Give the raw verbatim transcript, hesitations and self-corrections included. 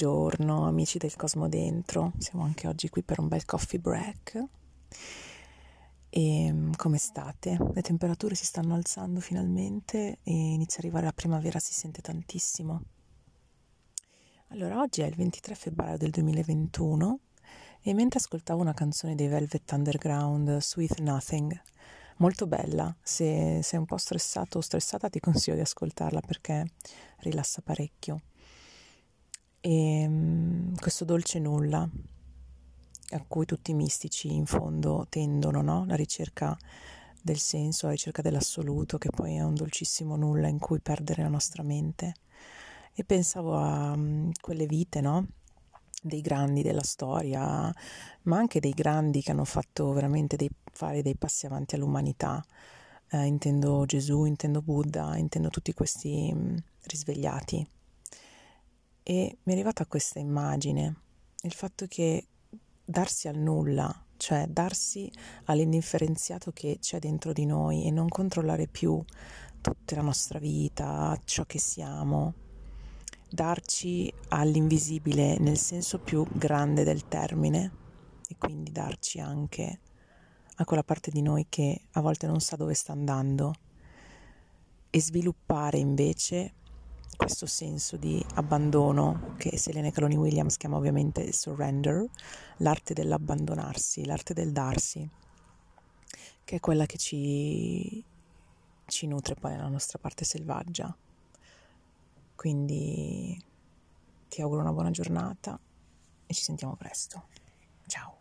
Buongiorno amici del Cosmo Dentro, siamo anche oggi qui per un bel coffee break. E come state? Le temperature si stanno alzando finalmente e inizia a arrivare la primavera, si sente tantissimo. Allora, oggi è il ventitré febbraio del duemilaventuno e mentre ascoltavo una canzone dei Velvet Underground, Sweet Nothing, molto bella, se sei un po' stressato o stressata ti consiglio di ascoltarla perché rilassa parecchio. E um, questo dolce nulla a cui tutti i mistici in fondo tendono, no? La ricerca del senso, la ricerca dell'assoluto, che poi è un dolcissimo nulla in cui perdere la nostra mente. E pensavo a um, quelle vite, no? Dei grandi della storia, ma anche dei grandi che hanno fatto veramente dei, fare dei passi avanti all'umanità. Eh, intendo Gesù, intendo Buddha, intendo tutti questi um, risvegliati. E mi è arrivata questa immagine, il fatto che darsi al nulla, cioè darsi all'indifferenziato che c'è dentro di noi e non controllare più tutta la nostra vita, ciò che siamo, darci all'invisibile nel senso più grande del termine e quindi darci anche a quella parte di noi che a volte non sa dove sta andando e sviluppare invece questo senso di abbandono che Selene Caloni Williams chiama ovviamente il surrender, l'arte dell'abbandonarsi, l'arte del darsi, che è quella che ci, ci nutre poi nella nostra parte selvaggia. Quindi ti auguro una buona giornata e ci sentiamo presto. Ciao.